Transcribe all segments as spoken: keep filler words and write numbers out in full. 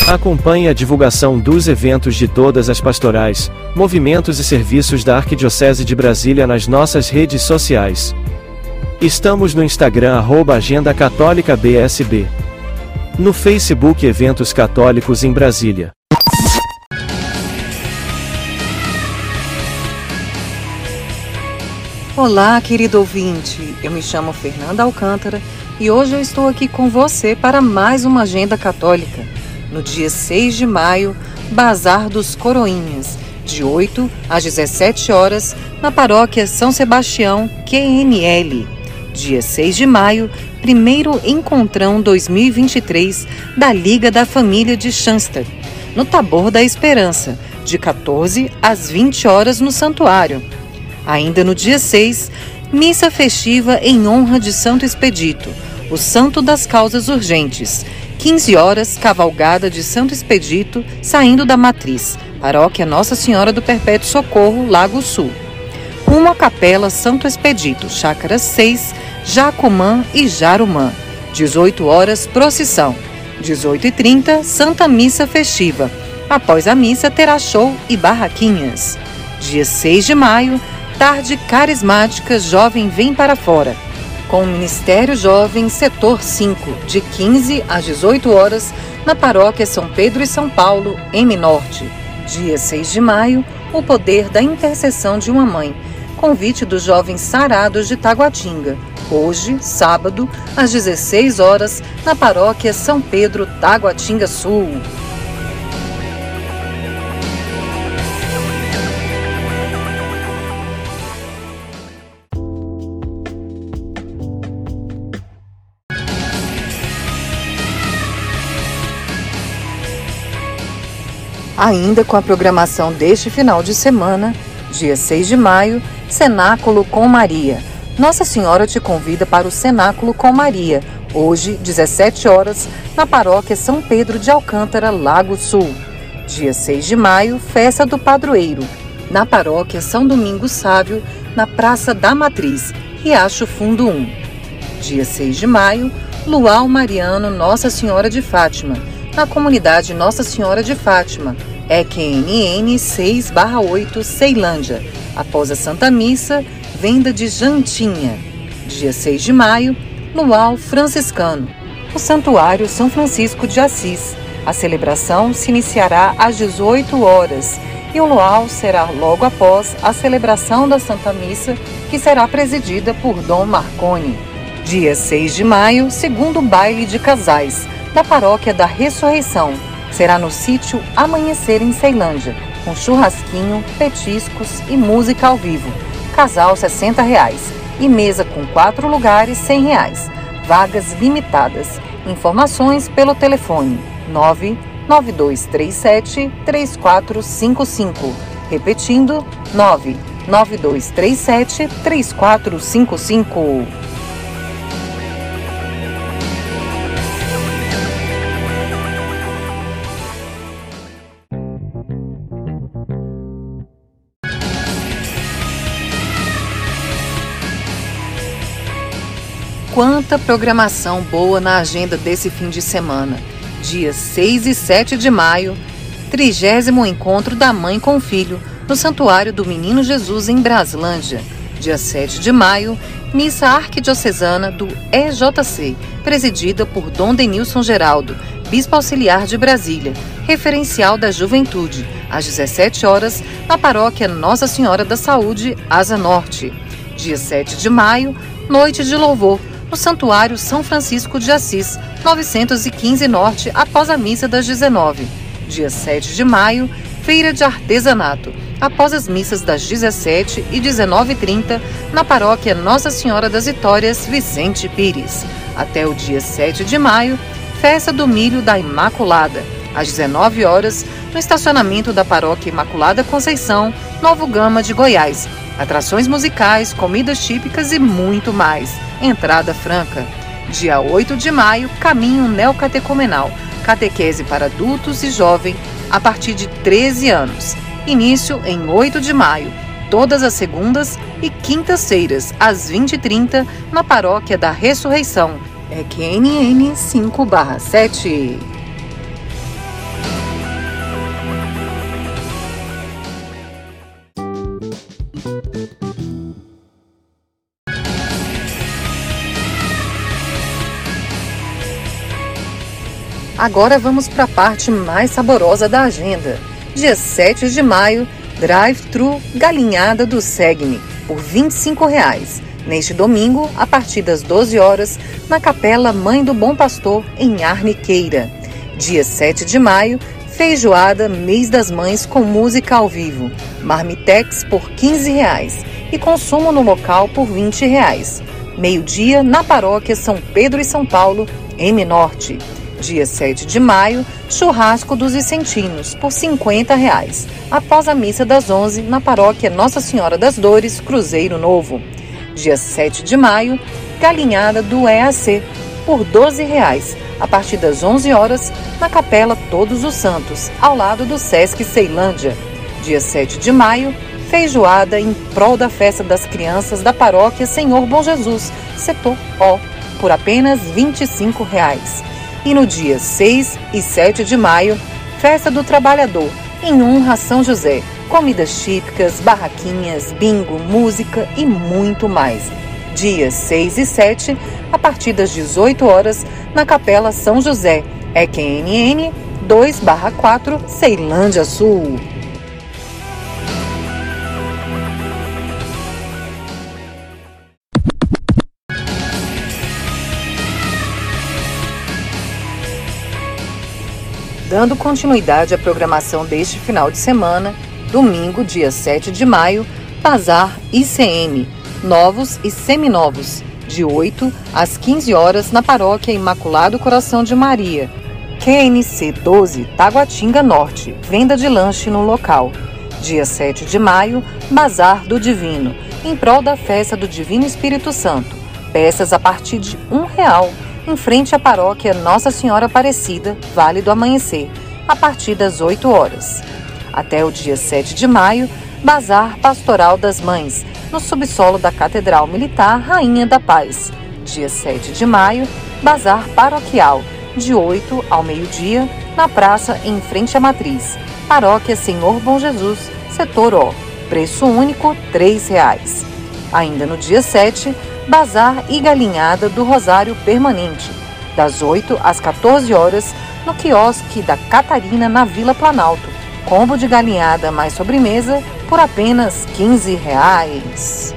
Acompanhe a divulgação dos eventos de todas as pastorais, movimentos e serviços da Arquidiocese de Brasília nas nossas redes sociais. Estamos no Instagram arroba Agenda Católica B S B. No Facebook Eventos Católicos em Brasília. Olá, querido ouvinte. Eu me chamo Fernanda Alcântara e hoje eu estou aqui com você para mais uma Agenda Católica. No dia seis de maio, Bazar dos Coroinhas, de oito às dezessete horas, na Paróquia São Sebastião, Q N L. Dia seis de maio, primeiro Encontrão dois mil e vinte e três da Liga da Família de Schanstatt, no Tabor da Esperança, de quatorze às vinte horas no Santuário. Ainda no dia seis, missa festiva em honra de Santo Expedito, o santo das causas urgentes. quinze horas, cavalgada de Santo Expedito, saindo da Matriz, Paróquia Nossa Senhora do Perpétuo Socorro, Lago Sul. Rumo à Capela Santo Expedito, Chácara seis, Jacumã e Jarumã. dezoito horas, procissão. dezoito e trinta, Santa Missa Festiva. Após a missa, terá show e barraquinhas. Dia seis de maio, tarde carismática Jovem Vem para Fora, com o Ministério Jovem Setor cinco, de quinze às dezoito horas, na Paróquia São Pedro e São Paulo, M Norte. Dia seis de maio, o poder da intercessão de uma mãe. Convite dos jovens sarados de Taguatinga. Hoje, sábado, às dezesseis horas, na Paróquia São Pedro, Taguatinga Sul. Ainda com a programação deste final de semana, dia seis de maio, Cenáculo com Maria. Nossa Senhora te convida para o Cenáculo com Maria, hoje, dezessete horas, na Paróquia São Pedro de Alcântara, Lago Sul. Dia seis de maio, Festa do Padroeiro, na Paróquia São Domingos Sávio, na Praça da Matriz, Riacho Fundo um. Dia seis de maio, Luau Mariano Nossa Senhora de Fátima, na comunidade Nossa Senhora de Fátima, E Q N N seis barra oito, Ceilândia, após a Santa Missa, venda de jantinha. Dia seis de maio, Luau Franciscano, o Santuário São Francisco de Assis. A celebração se iniciará às dezoito horas e o luau será logo após a celebração da Santa Missa, que será presidida por Dom Marconi. Dia seis de maio, segundo baile de casais, da Paróquia da Ressurreição. Será no sítio Amanhecer, em Ceilândia, com churrasquinho, petiscos e música ao vivo. Casal sessenta reais e mesa com quatro lugares cem reais. Vagas limitadas. Informações pelo telefone nove nove dois três sete, três quatro cinco cinco. Repetindo, nove nove dois três sete, três quatro cinco cinco. Quanta programação boa na agenda desse fim de semana. Dias seis e sete de maio, trigésimo Encontro da Mãe com o Filho, no Santuário do Menino Jesus, em Braslândia. Dia sete de maio, Missa Arquidiocesana do E J C, presidida por Dom Denilson Geraldo, Bispo Auxiliar de Brasília, referencial da juventude, às dezessete horas, na Paróquia Nossa Senhora da Saúde, Asa Norte. Dia sete de maio, Noite de Louvor, no Santuário São Francisco de Assis, novecentos e quinze Norte, após a missa das dezenove. Dia sete de maio, Feira de Artesanato, após as missas das dezessete e dezenove e trinta, na Paróquia Nossa Senhora das Vitórias, Vicente Pires. Até o dia sete de maio, Festa do Milho da Imaculada, às dezenove horas, no estacionamento da Paróquia Imaculada Conceição, Novo Gama de Goiás. Atrações musicais, comidas típicas e muito mais. Entrada franca. Dia oito de maio, Caminho Neocatecumenal, catequese para adultos e jovens a partir de treze anos. Início em oito de maio, todas as segundas e quintas-feiras, às vinte e trinta, na Paróquia da Ressurreição, E Q N N cinco barra sete. Agora vamos para a parte mais saborosa da agenda. Dia sete de maio, drive-thru galinhada do Segue-me, por vinte e cinco reais. Neste domingo, a partir das doze horas, na Capela Mãe do Bom Pastor, em Arniqueira. Dia sete de maio, feijoada Mês das Mães com música ao vivo. Marmitex por quinze reais e consumo no local por vinte reais. Meio-dia, na Paróquia São Pedro e São Paulo, M Norte. Dia sete de maio, churrasco dos Vicentinos, por cinquenta reais, após a missa das onze, na Paróquia Nossa Senhora das Dores, Cruzeiro Novo. Dia sete de maio, galinhada do E A C, por doze reais, a partir das onze horas, na Capela Todos os Santos, ao lado do Sesc Ceilândia. Dia sete de maio, feijoada em prol da festa das crianças da Paróquia Senhor Bom Jesus, setor O, por apenas vinte e cinco reais. E no dia seis e sete de maio, Festa do Trabalhador, em honra a São José. Comidas típicas, barraquinhas, bingo, música e muito mais. Dias seis e sete, a partir das dezoito horas, na Capela São José, E Q N N dois barra quatro, Ceilândia Sul. Dando continuidade à programação deste final de semana, domingo, dia sete de maio, Bazar I C M, novos e seminovos, de oito às quinze horas na Paróquia Imaculado Coração de Maria, Q N C doze, Taguatinga Norte, venda de lanche no local. Dia sete de maio, Bazar do Divino, em prol da festa do Divino Espírito Santo, peças a partir de um real, em frente à Paróquia Nossa Senhora Aparecida, Vale do Amanhecer, a partir das oito horas. Até o dia sete de maio, Bazar Pastoral das Mães, no subsolo da Catedral Militar Rainha da Paz. Dia sete de maio, Bazar Paroquial, de oito ao meio-dia, na praça em frente à Matriz, Paróquia Senhor Bom Jesus, setor O, preço único três reais. Ainda no dia sete, Bazar e Galinhada do Rosário Permanente, das oito às quatorze horas, no quiosque da Catarina, na Vila Planalto. Combo de galinhada mais sobremesa por apenas quinze reais.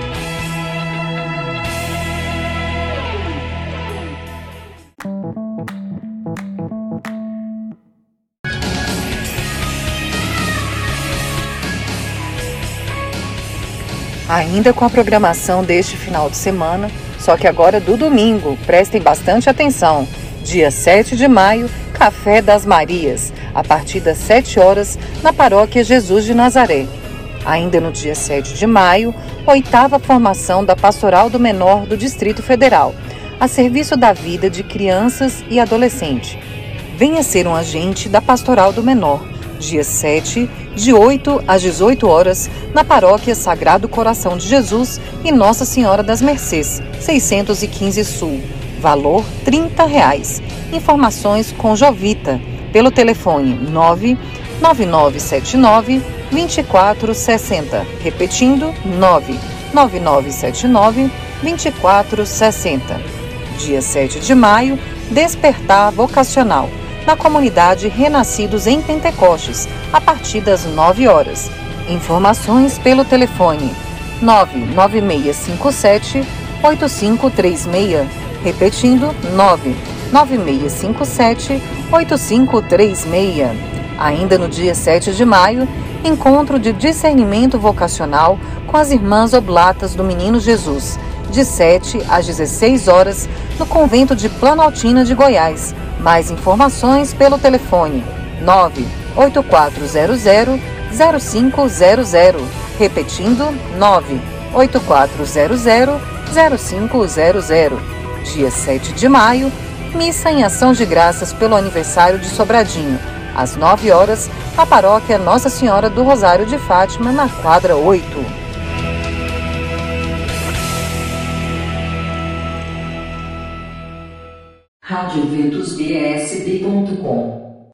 Ainda com a programação deste final de semana, só que agora do domingo, prestem bastante atenção. Dia sete de maio, Café das Marias, a partir das sete horas, na Paróquia Jesus de Nazaré. Ainda no dia sete de maio, oitava formação da Pastoral do Menor do Distrito Federal, a serviço da vida de crianças e adolescentes. Venha ser um agente da Pastoral do Menor. Dia sete, de oito às dezoito horas, na Paróquia Sagrado Coração de Jesus e Nossa Senhora das Mercês, seiscentos e quinze Sul. Valor trinta reais. Informações com Jovita, pelo telefone nove nove nove sete nove, dois quatro seis zero. Repetindo, nove nove nove sete nove, dois quatro seis zero. Dia sete de maio, Despertar Vocacional, na comunidade Renascidos em Pentecostes, a partir das nove horas. Informações pelo telefone nove nove seis cinco sete, oito cinco três seis. Repetindo, nove nove seis cinco sete, oito cinco três seis. Ainda no dia sete de maio, encontro de discernimento vocacional com as Irmãs Oblatas do Menino Jesus, de sete às dezesseis horas, no Convento de Planaltina de Goiás. Mais informações pelo telefone nove oito quatro zero zero, zero cinco zero zero. Repetindo, nove oito quatro zero zero, zero cinco zero zero. Dia sete de maio, missa em ação de graças pelo aniversário de Sobradinho. Às nove horas, a Paróquia Nossa Senhora do Rosário de Fátima, na quadra oito. rádio ventos b s b ponto com